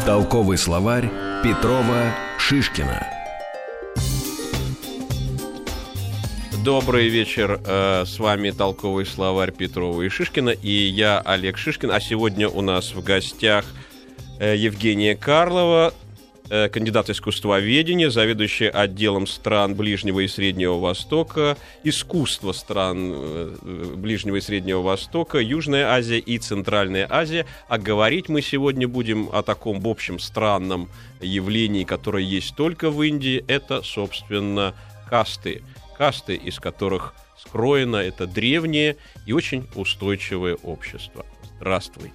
Толковый словарь Петрова Шишкина. Добрый вечер, с вами толковый словарь Петрова и Шишкина, и я, Олег Шишкин, а сегодня у нас в гостях Евгения Карлова, кандидат искусствоведения, заведующая отделом стран Ближнего и Среднего Востока, искусство стран Ближнего и Среднего Востока, Южная Азия и Центральная Азия. А говорить мы сегодня будем о таком, в общем, странном явлении, которое есть только в Индии. Это, собственно, касты. Касты, из которых скроено это древнее и очень устойчивое общество. Здравствуйте.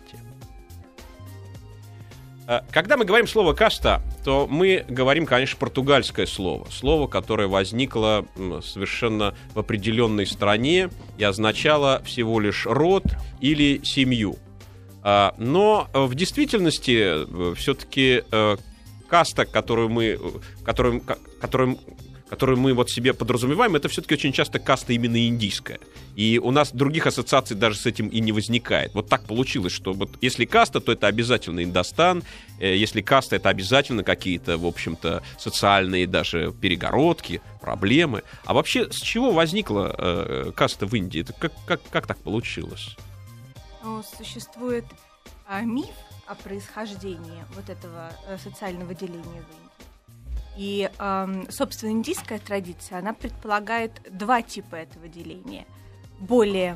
Когда мы говорим слово «каста», то мы говорим, конечно, португальское слово. Слово, которое возникло совершенно в определенной стране и означало всего лишь род или семью. Но в действительности все-таки каста, которую мы вот себе подразумеваем, это все-таки очень часто каста именно индийская. И у нас других ассоциаций даже с этим и не возникает. Вот так получилось, что вот если каста, то это обязательно Индостан, если каста, это обязательно какие-то, в общем-то, социальные даже перегородки, проблемы. А вообще, с чего возникла каста в Индии? Это как так получилось? Существует миф о происхождении вот этого социального деления в Индии. И, собственно, индийская традиция, она предполагает два типа этого деления. Более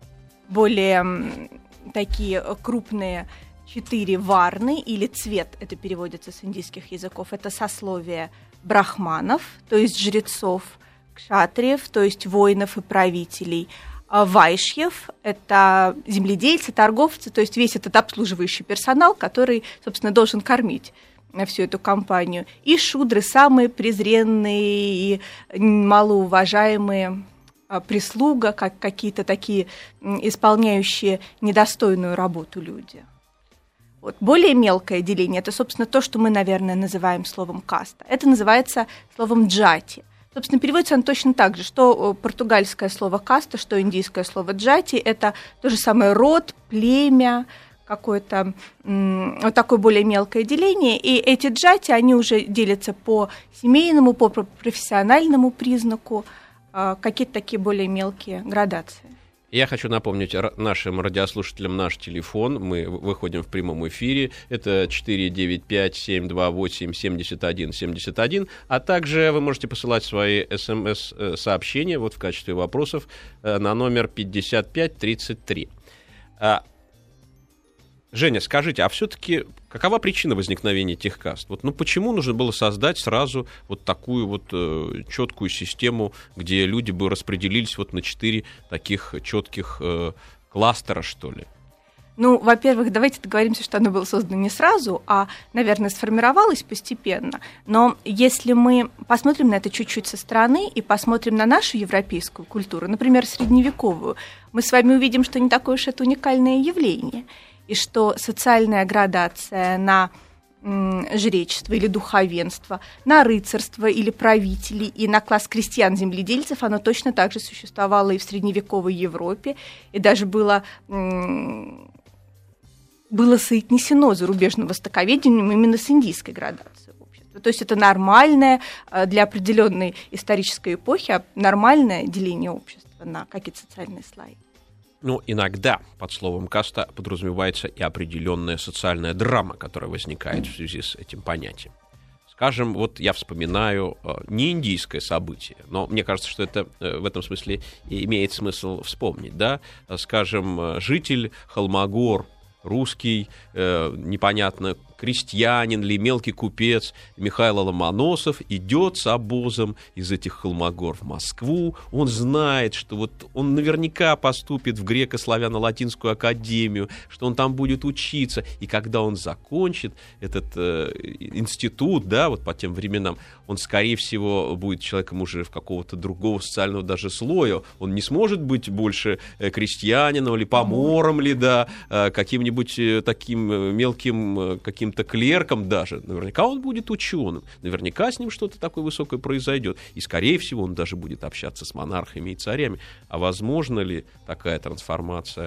такие крупные 4 варны, или цвет, это переводится с индийских языков, это сословие брахманов, то есть жрецов, кшатриев, то есть воинов и правителей, вайшьев, это земледельцы, торговцы, то есть весь этот обслуживающий персонал, который, собственно, должен кормить всю эту компанию, и шудры, самые презренные и малоуважаемые прислуга, как какие-то такие исполняющие недостойную работу люди. Вот. Более мелкое деление – это, собственно, то, что мы, наверное, называем словом «каста». Это называется словом «джати». Собственно, переводится оно точно так же, что португальское слово «каста», что индийское слово «джати» – это то же самое род, племя, какое-то вот такое более мелкое деление, и эти джати, они уже делятся по семейному, по профессиональному признаку, какие-то такие более мелкие градации. Я хочу напомнить нашим радиослушателям наш телефон. Мы выходим в прямом эфире. Это 495-728-7171. А также вы можете посылать свои СМС-сообщения вот в качестве вопросов на номер 5533. Женя, скажите, а все-таки какова причина возникновения этих каст? Вот, почему нужно было создать сразу вот такую вот четкую систему, где люди бы распределились вот на 4 таких четких кластера, что ли? Во-первых, давайте договоримся, что оно было создано не сразу, а, наверное, сформировалось постепенно. Но если мы посмотрим на это чуть-чуть со стороны и посмотрим на нашу европейскую культуру, например, средневековую, мы с вами увидим, что не такое уж это уникальное явление, и что социальная градация на жречество или духовенство, на рыцарство или правителей и на класс крестьян-земледельцев, оно точно так же существовало и в средневековой Европе, и даже было соотнесено зарубежным востоковедением именно с индийской градацией общества. То есть это нормальное для определенной исторической эпохи, нормальное деление общества на какие-то социальные слои. Иногда под словом «каста» подразумевается и определенная социальная драма, которая возникает в связи с этим понятием. Скажем, вот я вспоминаю не индийское событие, но мне кажется, что это в этом смысле имеет смысл вспомнить, да? Скажем, житель Холмогор, русский, непонятно, крестьянин ли, мелкий купец Михаил Ломоносов идет с обозом из этих Холмогор в Москву. Он знает, что вот он наверняка поступит в греко-славяно-латинскую академию, что он там будет учиться. И когда он закончит этот институт, да, вот по тем временам, он, скорее всего, будет человеком уже в какого-то другого социального даже слоя. Он не сможет быть больше крестьянином или помором ли, да, каким-нибудь таким мелким каким-то клерком даже. Наверняка он будет ученым. Наверняка с ним что-то такое высокое произойдет. И, скорее всего, он даже будет общаться с монархами и царями. А возможно ли такая трансформация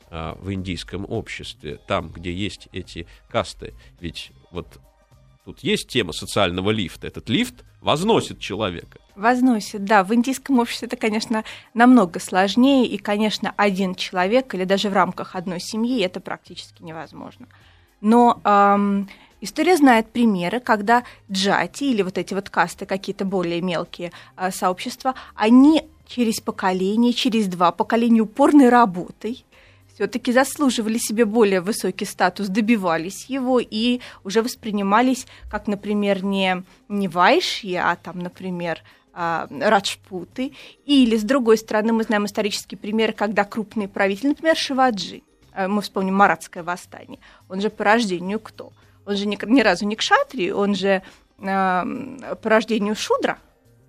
в индийском обществе, там, где есть эти касты. Ведь вот тут есть тема социального лифта. Этот лифт возносит человека. Возносит, да. В индийском обществе это, конечно, намного сложнее, и, конечно, один человек или даже в рамках одной семьи это практически невозможно. Но история знает примеры, когда джати или вот эти вот касты, какие-то более мелкие сообщества, они через поколение, через 2 поколения упорной работой все-таки заслуживали себе более высокий статус, добивались его и уже воспринимались как, например, не вайшьи, а там, например, раджпуты. Или, с другой стороны, мы знаем исторические примеры, когда крупные правители, например, Шиваджи, мы вспомним Маратское восстание, он же по рождению кто? Он же ни разу не кшатри, он же по рождению шудра.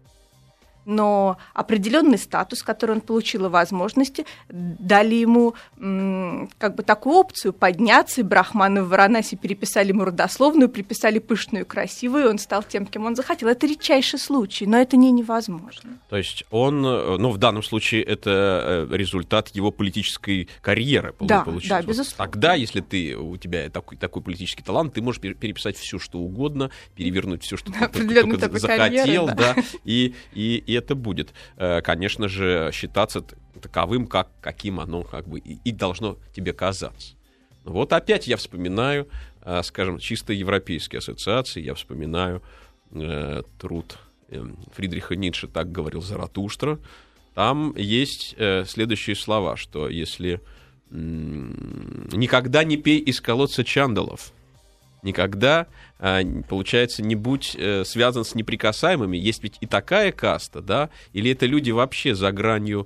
Но определенный статус, который он получил, и возможности, дали ему как бы такую опцию подняться, и брахманы в Варанаси переписали ему родословную, приписали пышную, красивую, и он стал тем, кем он захотел. Это редчайший случай, но это не невозможно. То есть он, в данном случае это результат его политической карьеры. Да, получился. Да, безусловно. Тогда, если у тебя такой политический талант, ты можешь переписать все, что угодно, перевернуть все, что ты только захотел, да, и это будет, конечно же, считаться таковым, каким оно как бы и должно тебе казаться. Вот опять я вспоминаю, скажем, чисто европейские ассоциации, я вспоминаю труд Фридриха Ницше, так говорил Заратустра. Там есть следующие слова, что если никогда не пей из колодца чандалов, никогда, получается, не будь связан с неприкасаемыми. Есть ведь и такая каста, да? Или это люди вообще за гранью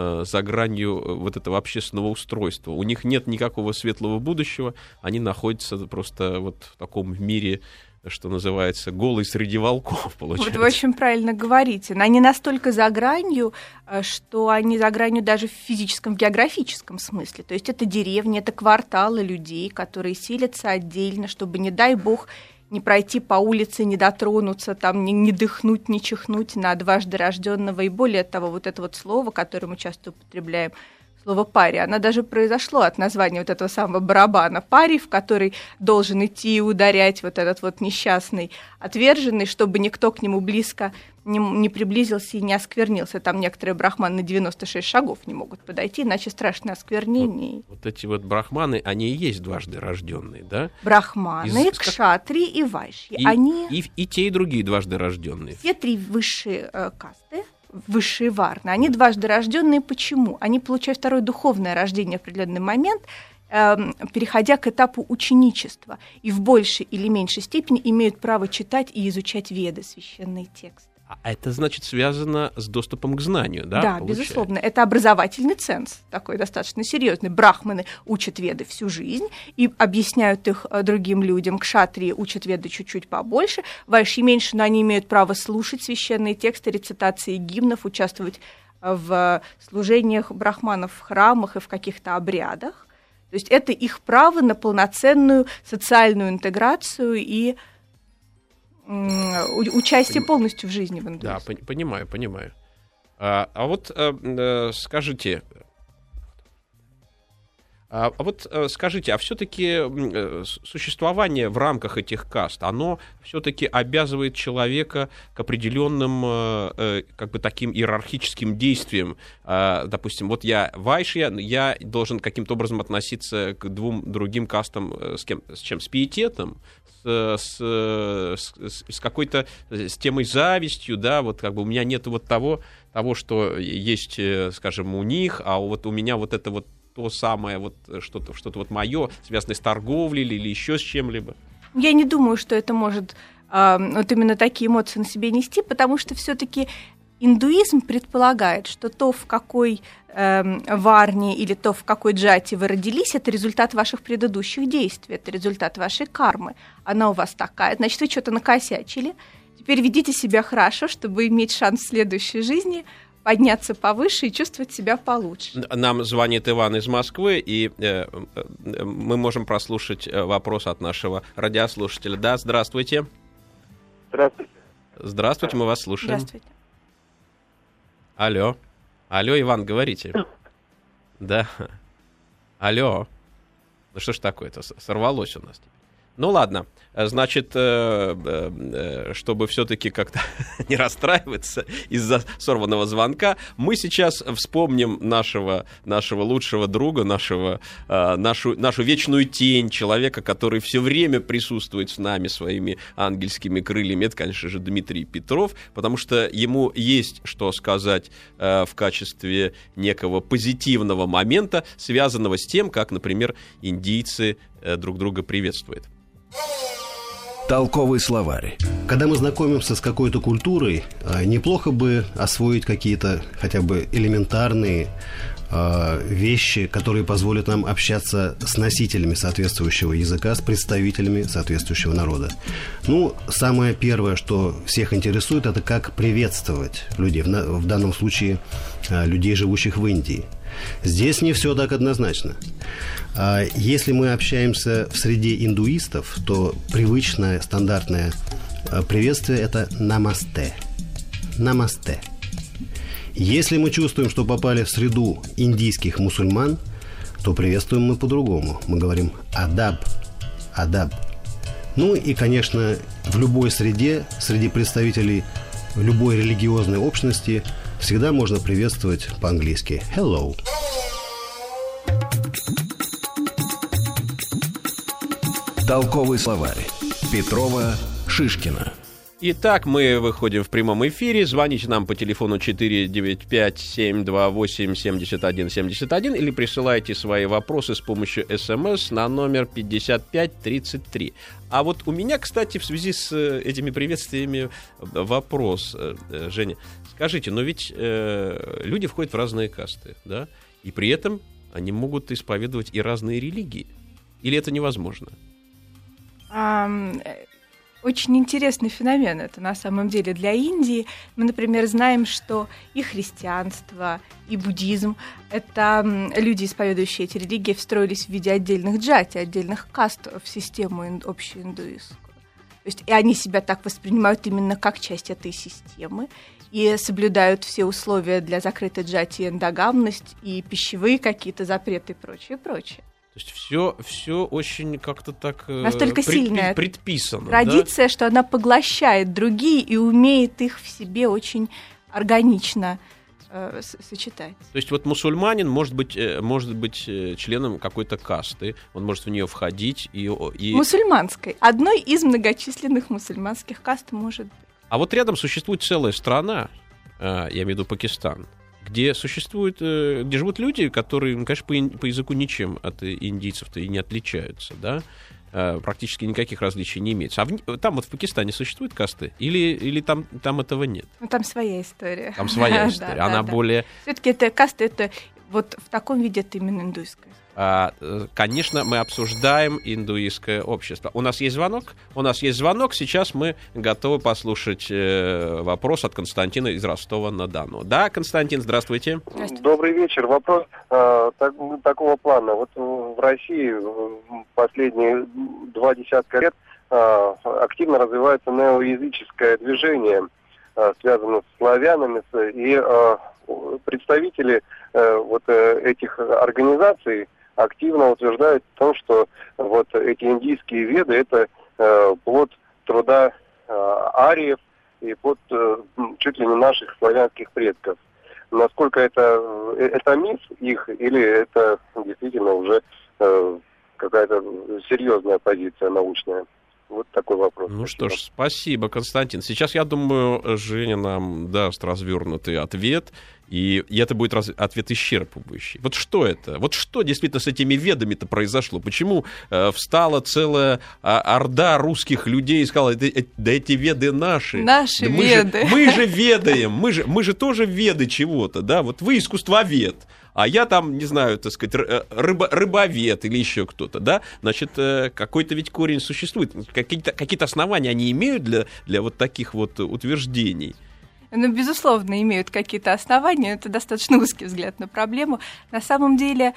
вот этого общественного устройства? У них нет никакого светлого будущего, они находятся просто вот в таком мире, что называется, голый среди волков, получается. Вот вы очень правильно говорите. Они настолько за гранью, что они за гранью даже в физическом, в географическом смысле. То есть это деревни, это кварталы людей, которые селятся отдельно, чтобы, не дай бог, не пройти по улице, не дотронуться, там, не дыхнуть, не чихнуть на дважды рожденного. И более того, вот это вот слово, которое мы часто употребляем, слово «пари», оно даже произошло от названия вот этого самого барабана «пари», в который должен идти и ударять вот этот вот несчастный отверженный, чтобы никто к нему близко не приблизился и не осквернился. Там некоторые брахманы на 96 шагов не могут подойти, иначе страшное осквернение. Вот эти вот брахманы, они и есть дважды рожденные, да? Брахманы, кшатри и вайшьи. И те, и другие дважды рожденные. Все 3 высшие касты, высшие варны, они дважды рожденные. Почему? Они получают второе духовное рождение в определенный момент, переходя к этапу ученичества, и в большей или меньшей степени имеют право читать и изучать веды, священные тексты. А это, значит, связано с доступом к знанию, да? Да, безусловно. Это образовательный ценз, такой достаточно серьезный. Брахманы учат веды всю жизнь и объясняют их другим людям. Кшатрии учат веды чуть-чуть побольше, вайшьи меньше, но они имеют право слушать священные тексты, рецитации гимнов, участвовать в служениях брахманов в храмах и в каких-то обрядах. То есть это их право на полноценную социальную интеграцию и участие полностью в жизни в индуизме. Да, понимаю. А вот скажите, а все-таки существование в рамках этих каст, оно все-таки обязывает человека к определенным, как бы таким иерархическим действиям. Допустим, вот я вайшья, я должен каким-то образом относиться к 2 другим кастам с пиететом, с какой-то с темой завистью, да, вот как бы у меня нет вот того, что есть, скажем, у них, а вот у меня вот это вот то самое, вот что-то вот мое, связанное с торговлей или еще с чем-либо. Я не думаю, что это может вот именно такие эмоции на себе нести, потому что все-таки индуизм предполагает, что то, в какой варне или то, в какой джати вы родились, это результат ваших предыдущих действий, это результат вашей кармы. Она у вас такая, значит, вы что-то накосячили. Теперь ведите себя хорошо, чтобы иметь шанс в следующей жизни подняться повыше и чувствовать себя получше. Нам звонит Иван из Москвы, и мы можем прослушать вопрос от нашего радиослушателя. Да, здравствуйте. Здравствуйте, мы вас слушаем. Здравствуйте. Алло, Иван, говорите. Да. Алло. Ну что ж такое-то? Сорвалось у нас. Ну ладно, значит, чтобы все-таки как-то не расстраиваться из-за сорванного звонка, мы сейчас вспомним нашего лучшего друга, нашу вечную тень, человека, который все время присутствует с нами своими ангельскими крыльями. Это, конечно же, Дмитрий Петров, потому что ему есть что сказать в качестве некого позитивного момента, связанного с тем, как, например, индийцы друг друга приветствуют. Толковый словарь. Когда мы знакомимся с какой-то культурой, неплохо бы освоить какие-то хотя бы элементарные вещи, которые позволят нам общаться с носителями соответствующего языка, с представителями соответствующего народа. Ну, самое первое, что всех интересует, это как приветствовать людей, в данном случае людей, живущих в Индии. Здесь не все так однозначно. Если мы общаемся в среде индуистов, то привычное, стандартное приветствие – это «намасте». «Намасте». Если мы чувствуем, что попали в среду индийских мусульман, то приветствуем мы по-другому. Мы говорим «адаб», «адаб». Ну и, конечно, в любой среде, среди представителей любой религиозной общности всегда можно приветствовать по-английски «hello». Толковый словарь. Петрова, Шишкина. Итак, мы выходим в прямом эфире. Звоните нам по телефону 495-728-7171 или присылайте свои вопросы с помощью СМС на номер 5533. А вот у меня, кстати, в связи с этими приветствиями вопрос, Женя. Скажите, но ведь люди входят в разные касты, да? И при этом они могут исповедовать и разные религии. Или это невозможно? Очень интересный феномен это на самом деле для Индии. Мы, например, знаем, что и христианство, и буддизм — это люди, исповедующие эти религии, встроились в виде отдельных джати, отдельных каст в систему общую индуистскую. То есть и они себя так воспринимают именно как часть этой системы и соблюдают все условия для закрытой джати, эндогамность, и пищевые какие-то запреты и прочее, прочее. То есть все очень как-то так настолько сильная предписано. Традиция, да? Что она поглощает другие и умеет их в себе очень органично сочетать. То есть вот мусульманин может быть членом какой-то касты, он может в нее входить и... Мусульманской. Одной из многочисленных мусульманских каст может быть. А вот рядом существует целая страна, я имею в виду Пакистан, где живут люди, которые, конечно, по языку ничем от индийцев-то и не отличаются, да? Практически никаких различий не имеется. А там вот в Пакистане существуют касты? Или там этого нет? Ну, там своя история. Там своя история. Она более... Все-таки это каста, это вот в таком виде это именно индуистская. Конечно, мы обсуждаем индуистское общество. У нас есть звонок? Сейчас мы готовы послушать вопрос от Константина из Ростова-на-Дону. Да, Константин, здравствуйте. Добрый вечер. Вопрос такого плана. Вот в России последние 20 лет активно развивается неоязыческое движение, связанное с славянами, и представители этих организаций активно утверждают в том, что вот эти индийские веды — это плод труда ариев и плод чуть ли не наших славянских предков. Насколько это миф их, или это действительно уже какая-то серьезная позиция научная? Вот такой вопрос. Ну что ж, спасибо, Константин. Сейчас, я думаю, Женя нам даст развернутый ответ, и это будет ответ исчерпывающий. Вот что это? Вот что действительно с этими ведами-то произошло? Почему встала целая орда русских людей и сказала, да эти веды наши. Наши веды. Мы же ведаем, мы же тоже веды чего-то, да? Вот вы искусствовед. А я там, не знаю, так сказать, рыбовед или еще кто-то, да? Значит, какой-то ведь корень существует. Какие-то основания они имеют для вот таких вот утверждений? Ну, безусловно, имеют какие-то основания. Это достаточно узкий взгляд на проблему. На самом деле,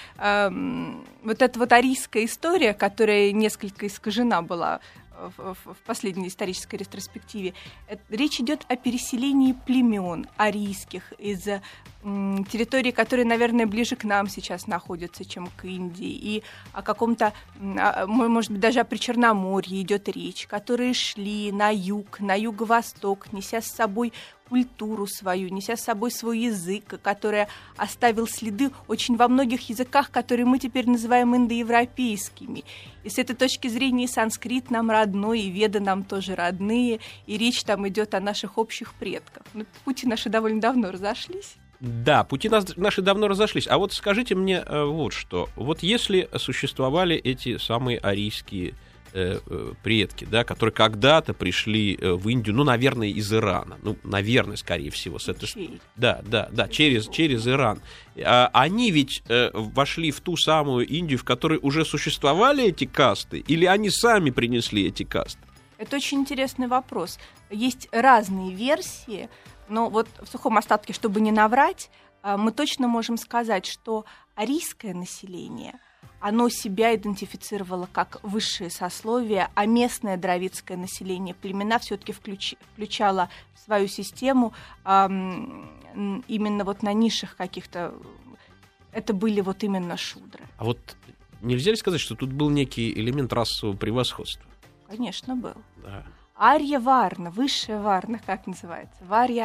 вот эта вот арийская история, которая несколько искажена была в последней исторической ретроспективе, речь идет о переселении племен арийских из территории, которые, наверное, ближе к нам сейчас находятся, чем к Индии, и о каком-то, может быть, даже о Причерноморье идет речь, которые шли на юг, на юго-восток, неся с собой культуру свою, неся с собой свой язык, который оставил следы очень во многих языках, которые мы теперь называем индоевропейскими. И с этой точки зрения и санскрит нам родной, и веды нам тоже родные, и речь там идет о наших общих предках. Но пути наши довольно давно разошлись. Да, пути наши давно разошлись. А вот скажите мне вот что. Вот если существовали эти самые арийские предки, да, которые когда-то пришли в Индию, ну, наверное, из Ирана. Ну, наверное, скорее всего. С этой... Да, через Иран. Они ведь вошли в ту самую Индию, в которой уже существовали эти касты, или они сами принесли эти касты? Это очень интересный вопрос. Есть разные версии, но вот в сухом остатке, чтобы не наврать, мы точно можем сказать, что арийское население, оно себя идентифицировало как высшее сословие, а местное дравидское население, племена все-таки включало в свою систему именно вот на низших каких-то, это были вот именно шудры. А вот нельзя ли сказать, что тут был некий элемент расового превосходства? Конечно, был. Да. Арья-варна, высшая варна, как называется?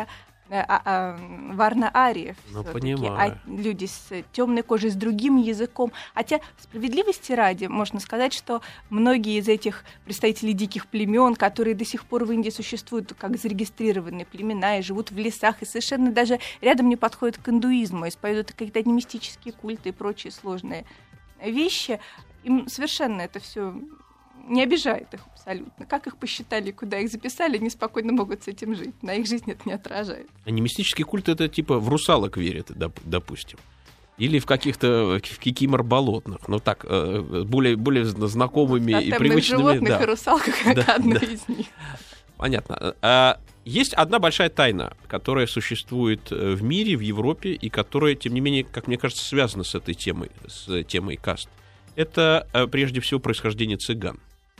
Варна-ариев. Ну, понимаю. Люди с темной кожей, с другим языком. Хотя, справедливости ради, можно сказать, что многие из этих представителей диких племен, которые до сих пор в Индии существуют как зарегистрированные племена и живут в лесах, и совершенно даже рядом не подходят к индуизму, исповедуют какие-то анимистические культы и прочие сложные вещи, им совершенно это все не обижает их абсолютно. Как их посчитали, куда их записали, они спокойно могут с этим жить. На их жизнь это не отражает. Анимистический культ — это типа в русалок верят, допустим. Или в каких-то кикимор болотных. Ну так, более знакомыми и привычными. Животных да. И русалка как одна из них. Понятно. Есть одна большая тайна, которая существует в мире, в Европе, и которая, тем не менее, как мне кажется, связана с этой темой, с темой каст. Это, прежде всего, происхождение цыган.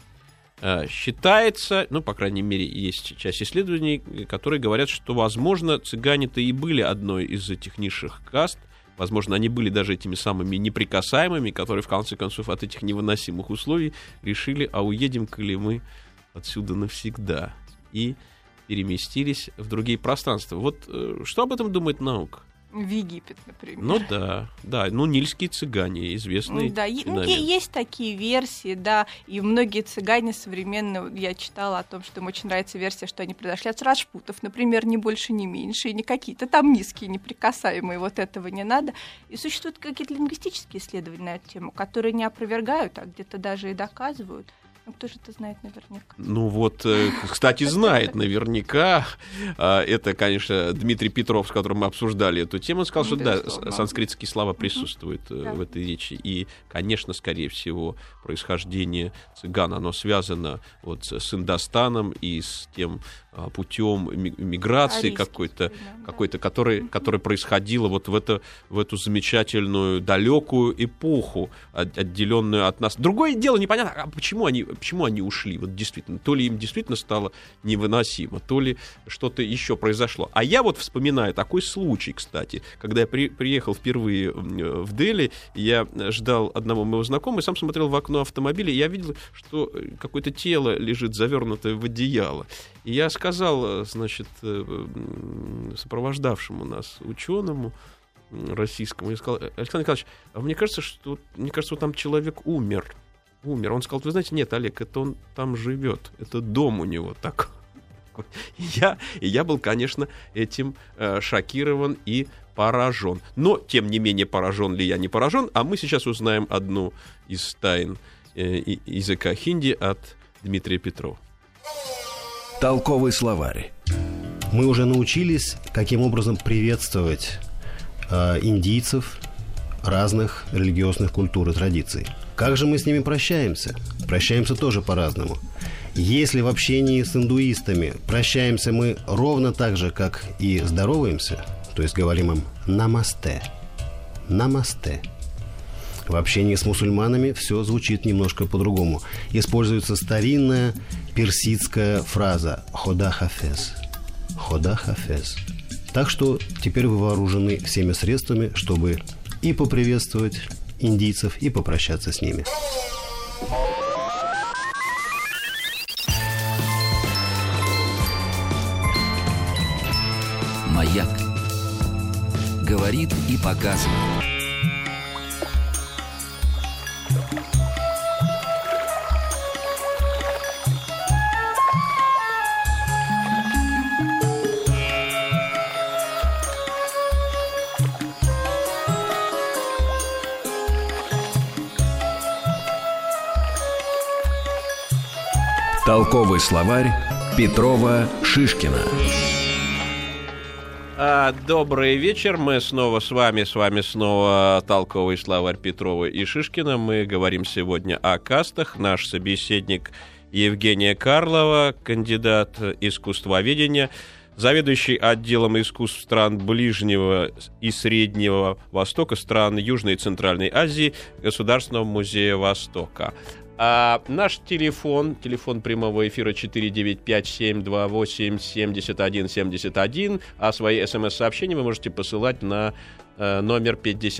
Считается, ну, по крайней мере, есть часть исследований, которые говорят, что, возможно, цыгане-то и были одной из этих низших каст. Возможно, они были даже этими самыми неприкасаемыми, которые, в конце концов, от этих невыносимых условий решили, а уедем-ка ли мы отсюда навсегда. И переместились в другие пространства. Вот что об этом думает наука? В Египет, например. Ну да, ну нильские цыгане, известные. Да, есть такие версии, да, и многие цыгане современные, я читала о том, что им очень нравится версия, что они произошли от раджпутов, например, ни больше, ни меньше, и не какие-то там низкие, неприкасаемые, вот этого не надо. И существуют какие-то лингвистические исследования на эту тему, которые не опровергают, а где-то даже и доказывают. Ну, кто же это знает наверняка? Ну вот, кстати, знает наверняка. Это, конечно, Дмитрий Петров, с которым мы обсуждали эту тему, сказал, что да, санскритские слова присутствуют в этой речи. И, конечно, скорее всего, происхождение цыган, оно связано вот с Индостаном и с тем путем миграции какой-то, которая происходила вот в эту замечательную далекую эпоху, отделенную от нас. Другое дело, непонятно, а почему они ушли? Вот действительно, то ли им действительно стало невыносимо, то ли что-то еще произошло. А я вот вспоминаю такой случай, кстати, когда я приехал впервые в Дели, я ждал одного моего знакомого, сам смотрел в окно автомобиля, и я видел, что какое-то тело лежит завернутое в одеяло. И я сказал, значит, сопровождавшему нас ученому российскому, я сказал: Александр Николаевич, а мне кажется, вот там человек умер. Он сказал: вы знаете, нет, Олег, это он там живет, это дом у него такой. И я был, конечно, этим шокирован и поражен. Но, тем не менее, поражен ли я, не поражен, а мы сейчас узнаем одну из тайн языка хинди от Дмитрия Петрова. Толковый словарь. Мы уже научились, каким образом приветствовать индийцев разных религиозных культур и традиций. Как же мы с ними прощаемся? Прощаемся тоже по-разному. Если в общении с индуистами прощаемся мы ровно так же, как и здороваемся, то есть говорим им «намасте», «намасте», в общении с мусульманами все звучит немножко по-другому. Используется старинная персидская фраза «хода хафез», «хода хафез». Так что теперь вы вооружены всеми средствами, чтобы и поприветствовать индийцев, и попрощаться с ними. Маяк. Говорит и показывает. Толковый словарь Петрова-Шишкина. Добрый вечер, мы снова с вами снова толковый словарь Петрова и Шишкина. Мы говорим сегодня о кастах. Наш собеседник Евгения Карлова, кандидат искусствоведения, заведующий отделом искусств стран Ближнего и Среднего Востока, стран Южной и Центральной Азии Государственного музея Востока. Наш телефон прямого эфира 495-728-7171, а свои смс-сообщения вы можете посылать на номер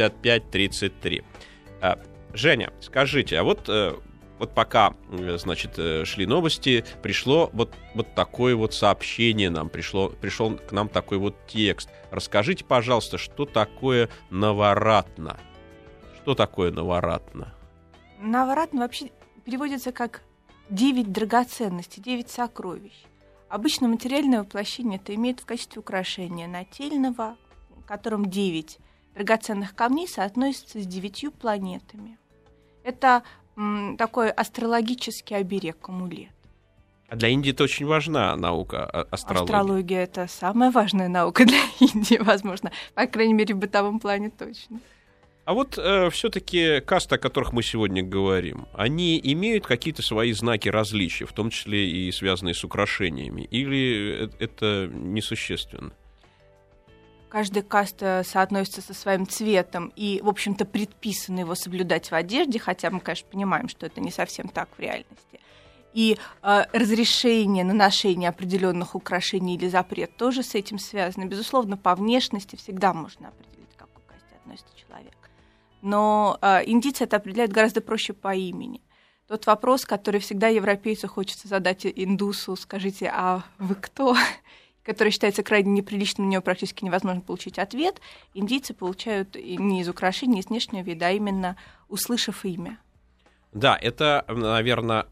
5533. Женя, скажите, а вот пока, значит, шли новости, пришло вот такое вот сообщение нам, пришел к нам такой вот текст. Расскажите, пожалуйста, что такое Наваратна? Что такое Наваратна? Наваратна вообще переводится как 9 драгоценностей, 9 сокровищ. Обычно материальное воплощение это имеет в качестве украшения нательного, в котором 9 драгоценных камней соотносятся с 9 планетами. Это такой астрологический оберег, амулет. А для Индии это очень важна наука астрология. Астрология — это самая важная наука для Индии, возможно. По крайней мере, в бытовом плане точно. А вот все-таки касты, о которых мы сегодня говорим, они имеют какие-то свои знаки различия, в том числе и связанные с украшениями, или это несущественно? Каждая каста соотносится со своим цветом, и, в общем-то, предписано его соблюдать в одежде, хотя мы, конечно, понимаем, что это не совсем так в реальности. И разрешение на ношение определенных украшений или запрет тоже с этим связано. Безусловно, по внешности всегда можно определить, к какой касте относится человек. Но индийцы это определяют гораздо проще по имени. Тот вопрос, который всегда европейцу хочется задать индусу, скажите, а вы кто? Который считается крайне неприличным, на него практически невозможно получить ответ. Индийцы получают не из украшений, не из внешнего вида, а именно услышав имя. Да, это, наверное,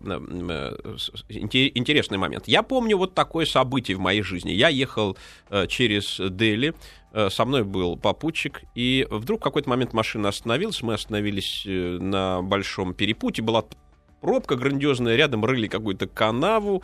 интересный момент. Я помню вот такое событие в моей жизни. Я ехал через Дели, со мной был попутчик, и вдруг в какой-то момент машина остановилась, мы остановились на большом перепутье, была пробка грандиозная, рядом рыли какую-то канаву,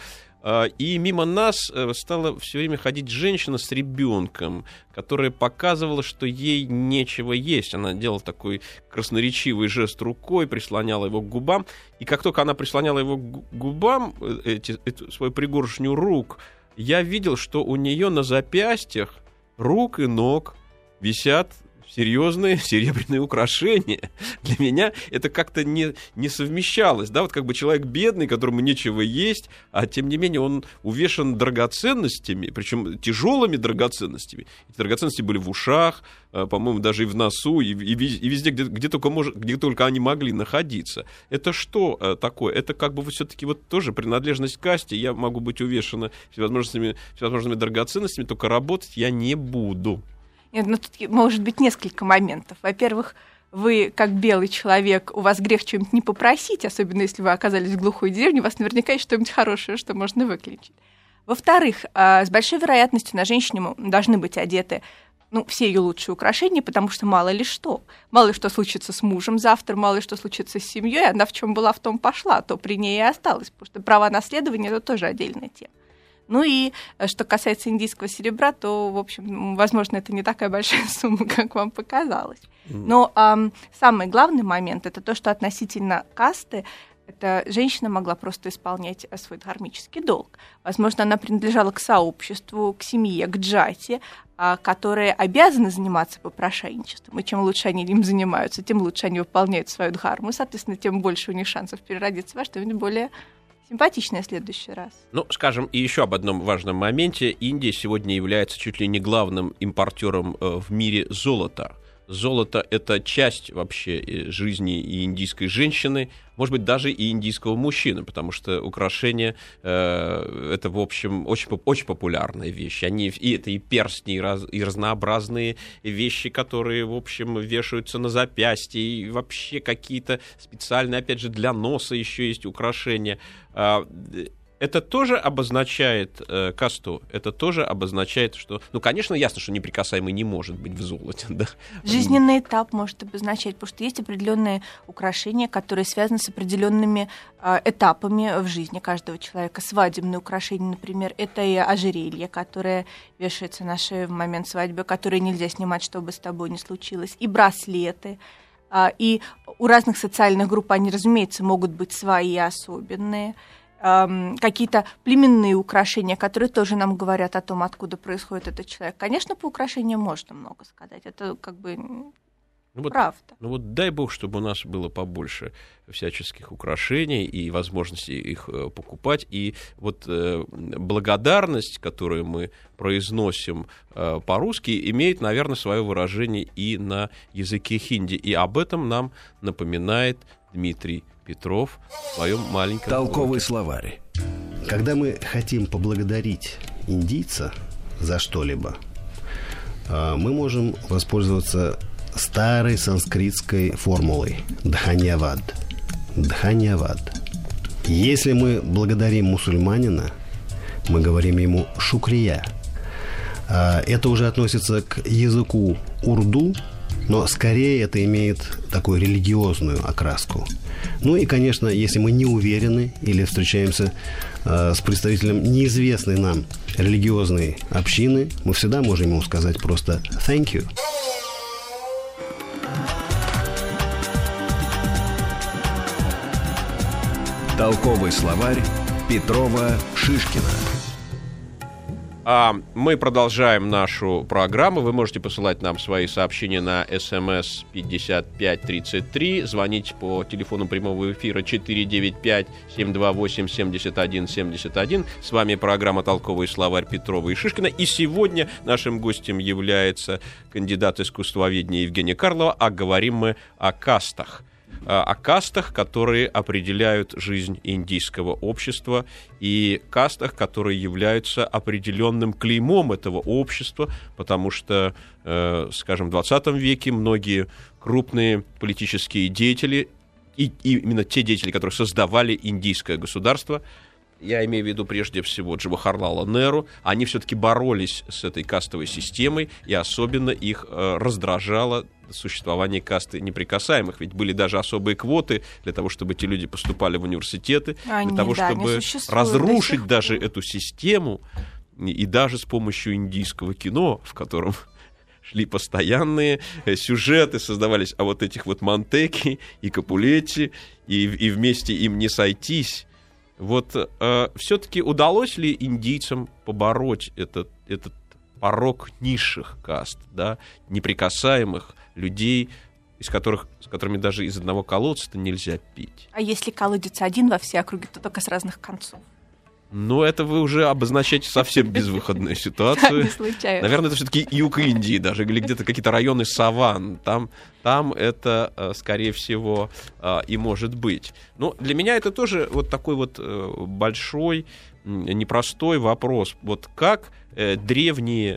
и мимо нас стала все время ходить женщина с ребенком, которая показывала, что ей нечего есть. Она делала такой красноречивый жест рукой, прислоняла его к губам. И как только она прислоняла его к губам, свою пригоршню рук, я видел, что у нее на запястьях рук и ног висят серьезные серебряные украшения. Для меня это как-то не совмещалось. Да? Вот как бы человек бедный, которому нечего есть, а тем не менее он увешан драгоценностями, причем тяжелыми драгоценностями. Эти драгоценности были в ушах, по-моему, даже и в носу, и везде, где только они могли находиться. Это что такое? Это как бы все-таки вот тоже принадлежность к касте. Я могу быть увешана всевозможными драгоценностями, только работать я не буду. Нет, ну, тут может быть несколько моментов. Во-первых, вы, как белый человек, у вас грех что-нибудь не попросить, особенно если вы оказались в глухой деревне, у вас наверняка есть что-нибудь хорошее, что можно выключить. Во-вторых, с большой вероятностью на женщине должны быть одеты все ее лучшие украшения, потому что мало ли что. Мало ли что случится с мужем завтра, мало ли что случится с семьей, она в чем была, в том пошла, то при ней и осталась, потому что права наследования — это тоже отдельная тема. Ну и что касается индийского серебра, то, в общем, возможно, это не такая большая сумма, как вам показалось. Но самый главный момент — это то, что относительно касты эта женщина могла просто исполнять свой дхармический долг. Возможно, она принадлежала к сообществу, к семье, к джате, которые обязаны заниматься попрошайничеством. И чем лучше они им занимаются, тем лучше они выполняют свою дхарму. Соответственно, тем больше у них шансов переродиться во что-нибудь более симпатичная в следующий раз. Ну, скажем, и еще об одном важном моменте. Индия сегодня является чуть ли не главным импортером в мире золота. Золото — это часть вообще жизни и индийской женщины, может быть, даже и индийского мужчины, потому что украшения это, в общем, очень популярная вещь. Это и перстни, и разнообразные вещи, которые, в общем, вешаются на запястье, и вообще какие-то специальные, опять же, для носа еще есть украшения. Это тоже обозначает касту, это тоже обозначает, что... Ну, конечно, ясно, что неприкасаемый не может быть в золоте, да? Жизненный этап может обозначать, потому что есть определенные украшения, которые связаны с определенными этапами в жизни каждого человека. Свадебные украшения, например, это и ожерелье, которое вешается на шею в момент свадьбы, которое нельзя снимать, чтобы с тобой не случилось, и браслеты. И у разных социальных групп они, разумеется, могут быть свои особенные. Какие-то племенные украшения, которые тоже нам говорят о том, откуда происходит этот человек. Конечно, по украшениям можно много сказать. Это как бы правда. Ну вот дай бог, чтобы у нас было побольше всяческих украшений и возможности их покупать. И вот благодарность, которую мы произносим по-русски, имеет, наверное, свое выражение и на языке хинди. И об этом нам напоминает Дмитрий Петров в своем маленьком... Толковый словарь. Когда мы хотим поблагодарить индийца за что-либо, мы можем воспользоваться старой санскритской формулой «дханьявад». Дханьявад. Если мы благодарим мусульманина, мы говорим ему «шукрия». Это уже относится к языку урду, но скорее это имеет такую религиозную окраску. Ну и, конечно, если мы не уверены или встречаемся с представителем неизвестной нам религиозной общины, мы всегда можем ему сказать просто «thank you». Толковый словарь Петрова-Шишкина. Мы продолжаем нашу программу. Вы можете посылать нам свои сообщения на СМС 5533, звонить по телефону прямого эфира 495-728-7171. С вами программа «Толковый словарь» Петрова и Шишкина. И сегодня нашим гостем является кандидат искусствоведения Евгения Карлова, а говорим мы о кастах. О кастах, которые определяют жизнь индийского общества, и кастах, которые являются определенным клеймом этого общества, потому что, скажем, в 20 веке многие крупные политические деятели, и именно те деятели, которые создавали индийское государство, я имею в виду прежде всего Джавахарлала Неру, они все-таки боролись с этой кастовой системой, и особенно их раздражало существование касты неприкасаемых. Ведь были даже особые квоты для того, чтобы эти люди поступали в университеты, для того, чтобы разрушить даже эту систему, и даже с помощью индийского кино, в котором шли постоянные сюжеты, создавались о вот этих вот Монтеки и Капулетти, и вместе им не сойтись. Вот все-таки удалось ли индийцам побороть этот порог низших каст, да, неприкасаемых людей, с которыми даже из одного колодца-то нельзя пить? А если колодец один во всей округе, то только с разных концов. Ну, это вы уже обозначаете совсем безвыходную ситуацию. Наверное, это все-таки юг Индии даже, или где-то какие-то районы саванн. Там это, скорее всего, и может быть. Но для меня это тоже вот такой вот большой, непростой вопрос. Вот как древние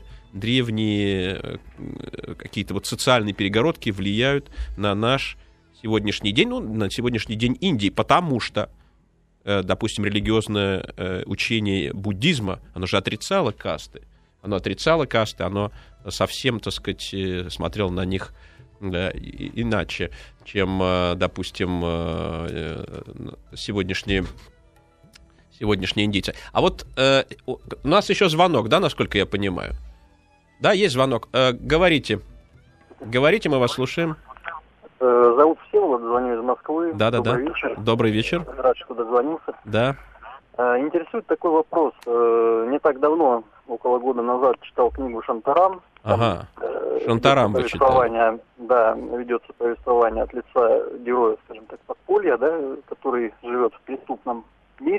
какие-то вот социальные перегородки влияют на наш сегодняшний день, ну, на сегодняшний день Индии, потому что, допустим, религиозное учение буддизма, оно же отрицало касты. Оно совсем, так сказать, смотрело на них иначе, чем, допустим, сегодняшние индийцы. А вот у нас еще звонок, да, насколько я понимаю? Да, есть звонок. Говорите, мы вас слушаем. Зовут Всеволод, звоню из Москвы. Да. Добрый вечер. Добрый вечер. Рад, что дозвонился. Да. Интересует такой вопрос. Не так давно, около года назад, читал книгу «Шантарам». Ага, «Шантарам» вы читали. Да, ведется повествование от лица героя, скажем так, подполья, да, который живет в преступном мире,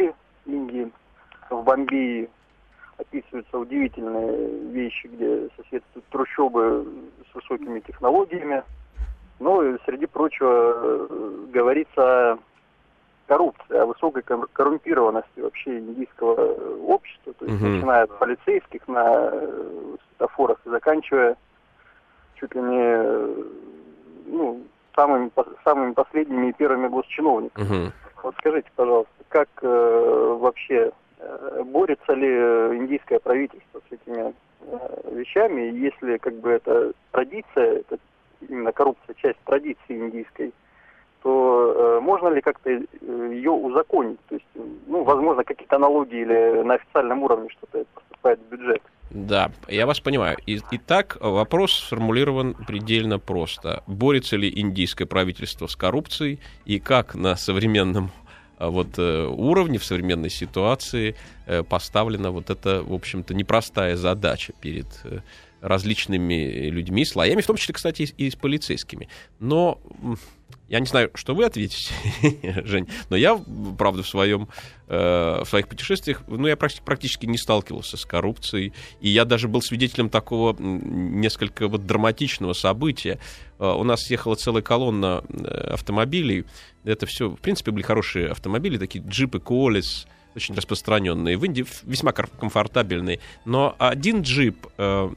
Индии, в Бомбее описываются удивительные вещи, где соседствуют трущобы с высокими технологиями. Но, среди прочего, говорится о коррупции, о высокой коррумпированности вообще индийского общества, то есть начиная от полицейских на светофорах и заканчивая чуть ли не самыми последними и первыми госчиновниками. Вот скажите, пожалуйста, как вообще борется ли индийское правительство с этими вещами, если как бы это традиция, это именно коррупция, часть традиции индийской, то можно ли как-то ее узаконить? То есть, возможно, какие-то налоги или на официальном уровне что-то поступает в бюджет. Да, я вас понимаю. Итак, вопрос сформулирован предельно просто. Борется ли индийское правительство с коррупцией и как на современном уровне, в современной ситуации поставлена вот эта, в общем-то, непростая задача перед различными людьми, слоями, в том числе, кстати, и с полицейскими. Но я не знаю, что вы ответите, Жень, но я, правда, в своих путешествиях, я практически не сталкивался с коррупцией, и я даже был свидетелем такого несколько драматичного события. У нас ехала целая колонна автомобилей, это все, в принципе, были хорошие автомобили, такие джипы Колес, очень распространенные в Индии, весьма комфортабельные. Но один джип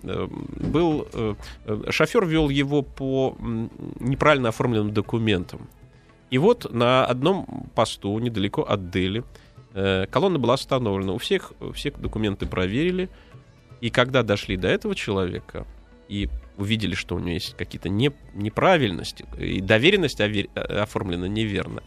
шофер вел его по неправильно оформленным документам. И вот на одном посту, недалеко от Дели, колонна была остановлена. У всех документы проверили. И когда дошли до этого человека и увидели, что у него есть какие-то неправильности, и доверенность оформлена неверно,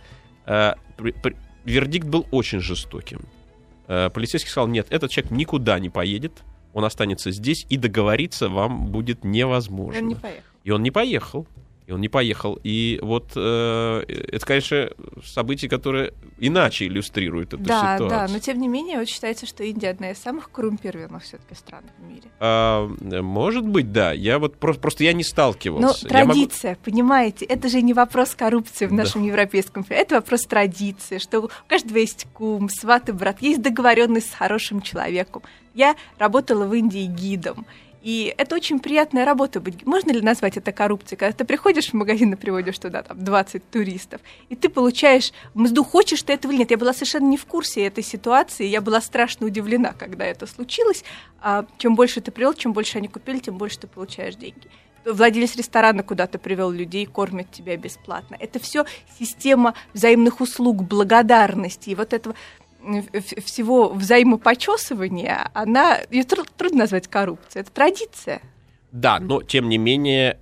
вердикт был очень жестоким. Полицейский сказал: нет, этот человек никуда не поедет, он останется здесь, и договориться вам будет невозможно. Он не поехал. И он не поехал. И вот это, конечно, событие, которое иначе иллюстрирует эту ситуацию. Да, но тем не менее, вот считается, что Индия одна из самых коррумпированных все-таки стран в мире. Может быть, да. Я просто я не сталкивался. Но традиция, понимаете, это же не вопрос коррупции в нашем европейском фильме, это вопрос традиции, что у каждого есть кум, сват и брат, есть договоренность с хорошим человеком. Я работала в Индии гидом. И это очень приятная работа быть. Можно ли назвать это коррупцией? Когда ты приходишь в магазин и приводишь туда 20 туристов, и ты получаешь мзду, хочешь ты этого или нет. Я была совершенно не в курсе этой ситуации, я была страшно удивлена, когда это случилось. Чем больше ты привел, чем больше они купили, тем больше ты получаешь деньги. Владелец ресторана куда-то привел людей, кормит тебя бесплатно. Это все система взаимных услуг, благодарности. И вот этого всего взаимопочесывания, ее трудно назвать коррупцией, это традиция. Да, но тем не менее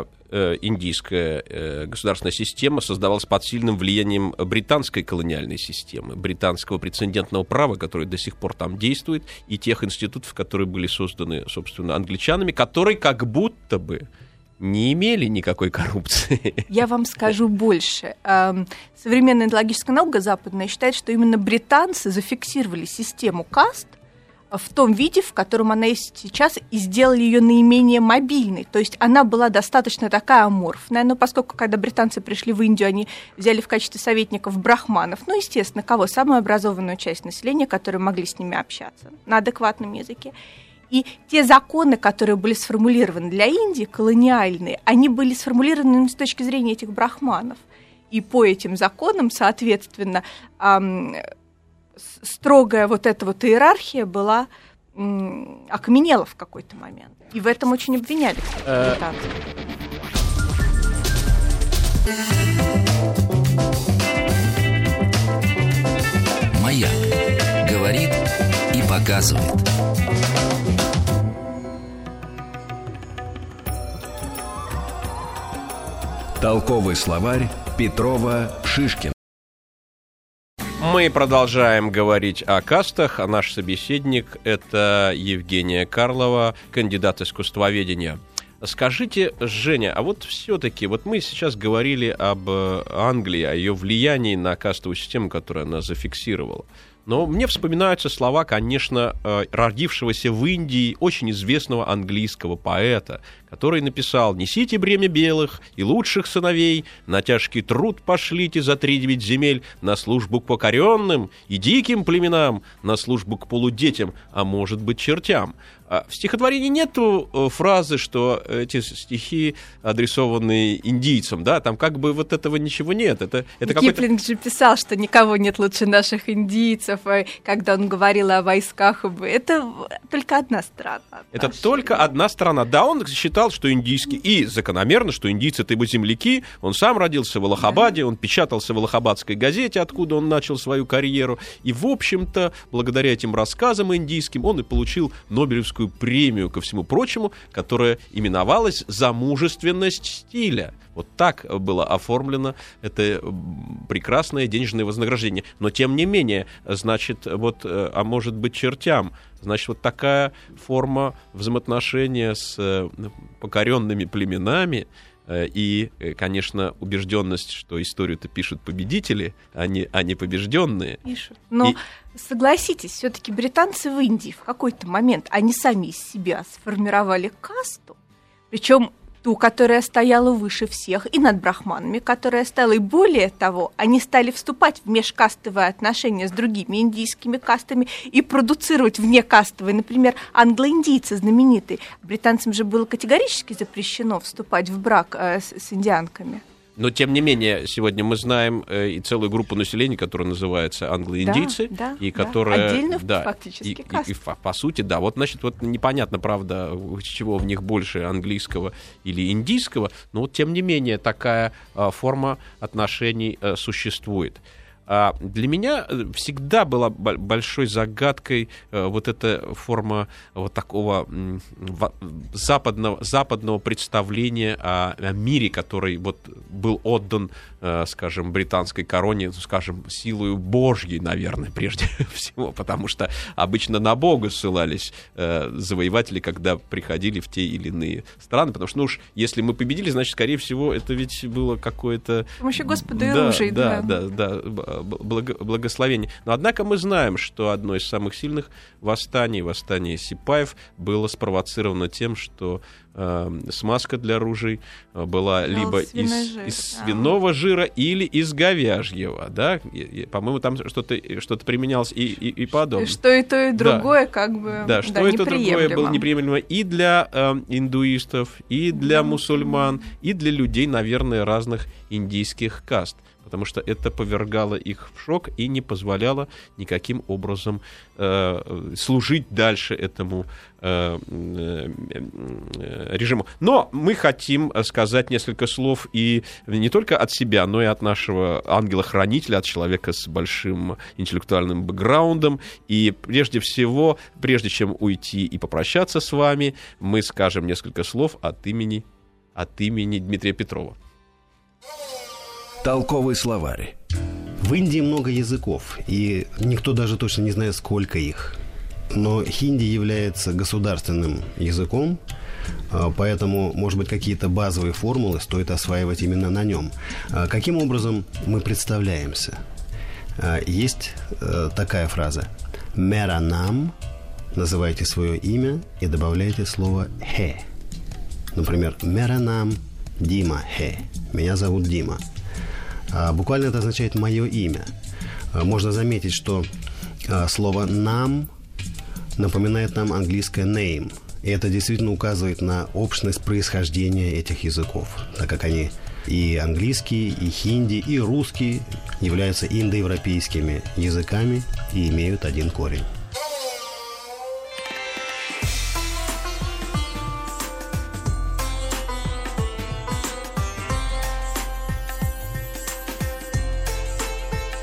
индийская государственная система создавалась под сильным влиянием британской колониальной системы, британского прецедентного права, которое до сих пор там действует, и тех институтов, которые были созданы, собственно, англичанами, которые как будто бы не имели никакой коррупции. Я вам скажу больше. Современная идеологическая наука западная считает, что именно британцы зафиксировали систему каст в том виде, в котором она есть сейчас, и сделали ее наименее мобильной. То есть она была достаточно такая аморфная, но поскольку, когда британцы пришли в Индию, они взяли в качестве советников брахманов, естественно, кого? Самую образованную часть населения, которые могли с ними общаться на адекватном языке. И те законы, которые были сформулированы для Индии, колониальные, они были сформулированы с точки зрения этих брахманов. И по этим законам, соответственно, строгая вот эта вот иерархия была окаменела в какой-то момент. И в этом очень обвиняли британцев. «Маяк» говорит и показывает. Толковый словарь Петрова-Шишкина. Мы продолжаем говорить о кастах, а наш собеседник — это Евгения Карлова, кандидат искусствоведения. Скажите, Женя, а вот все-таки, вот мы сейчас говорили об Англии, о ее влиянии на кастовую систему, которую она зафиксировала. Но мне вспоминаются слова, конечно, родившегося в Индии очень известного английского поэта, который написал: «Несите бремя белых и лучших сыновей, на тяжкий труд пошлите за 3-9 земель, на службу к покоренным и диким племенам, на службу к полудетям, а может быть чертям». В стихотворении нету фразы, что эти стихи адресованы индийцам, да, там как бы вот этого ничего нет. Это Киплинг же писал, что никого нет лучше наших индийцев, когда он говорил о войсках. Это только одна сторона. Это только одна сторона. Да, он считал, что индийские, и закономерно, что индийцы — это его земляки. Он сам родился в Аллахабаде, он печатался в Аллахабадской газете, откуда он начал свою карьеру. И, в общем-то, благодаря этим рассказам индийским он и получил Нобелевскую премию, ко всему прочему, которая именовалась «За мужественность стиля». Вот так было оформлено это прекрасное денежное вознаграждение. Но, тем не менее, значит, вот, а может быть, чертям, значит, вот такая форма взаимоотношения с покоренными племенами и, конечно, убежденность, что историю-то пишут победители, а не побежденные. Пишут. Но согласитесь, все-таки британцы в Индии в какой-то момент, они сами из себя сформировали касту, причем ту, которая стояла выше всех, и над брахманами, которая стояла. И более того, они стали вступать в межкастовые отношения с другими индийскими кастами и продуцировать внекастовые. Например, англо-индийцы знаменитые. Британцам же было категорически запрещено вступать в брак с индианками. Но, тем не менее, сегодня мы знаем и целую группу населения, которая называется англо-индийцы, и которая... Отдельно фактически каст. И по сути, да. Вот, значит, вот непонятно, правда, чего в них больше, английского или индийского, но вот, тем не менее, такая форма отношений существует. Для меня всегда была большой загадкой вот эта форма вот такого западного представления о мире, который вот был отдан, скажем, британской короне, скажем, силою Божьей, наверное, прежде всего, потому что обычно на Бога ссылались завоеватели, когда приходили в те или иные страны, потому что, ну уж, если мы победили, значит, скорее всего, это ведь было какое-то... С помощью Господа и оружия, да. Благословение. Но, однако, мы знаем, что одно из самых сильных восстание Сипаев, было спровоцировано тем, что смазка для ружей была либо из свиного жира или из говяжьего, да? По-моему, там что-то применялось и подобное. Что и то, и другое, как бы, да, что это другое было неприемлемо и для индуистов, и для мусульман, и для людей, наверное, разных индийских каст, потому что это повергало их в шок и не позволяло никаким образом служить дальше этому режиму. Но мы хотим сказать несколько слов и не только от себя, но и от нашего ангела-хранителя, от человека с большим интеллектуальным бэкграундом. И прежде всего, прежде чем уйти и попрощаться с вами, мы скажем несколько слов от имени Дмитрия Петрова. Толковый словарь. В Индии много языков, и никто даже точно не знает, сколько их. Но хинди является государственным языком, поэтому, может быть, какие-то базовые формулы стоит осваивать именно на нем. Каким образом мы представляемся? Есть такая фраза «Мера нам», называйте свое имя и добавляйте слово «хе». Например, «Мера нам Дима хе», меня зовут Дима. Буквально это означает «мое имя». Можно заметить, что слово «нам» напоминает нам английское «name». И это действительно указывает на общность происхождения этих языков, так как они и английский, и хинди, и русский являются индоевропейскими языками и имеют один корень.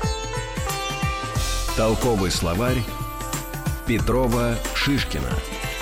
Толковый словарь Петрова-Шишкина.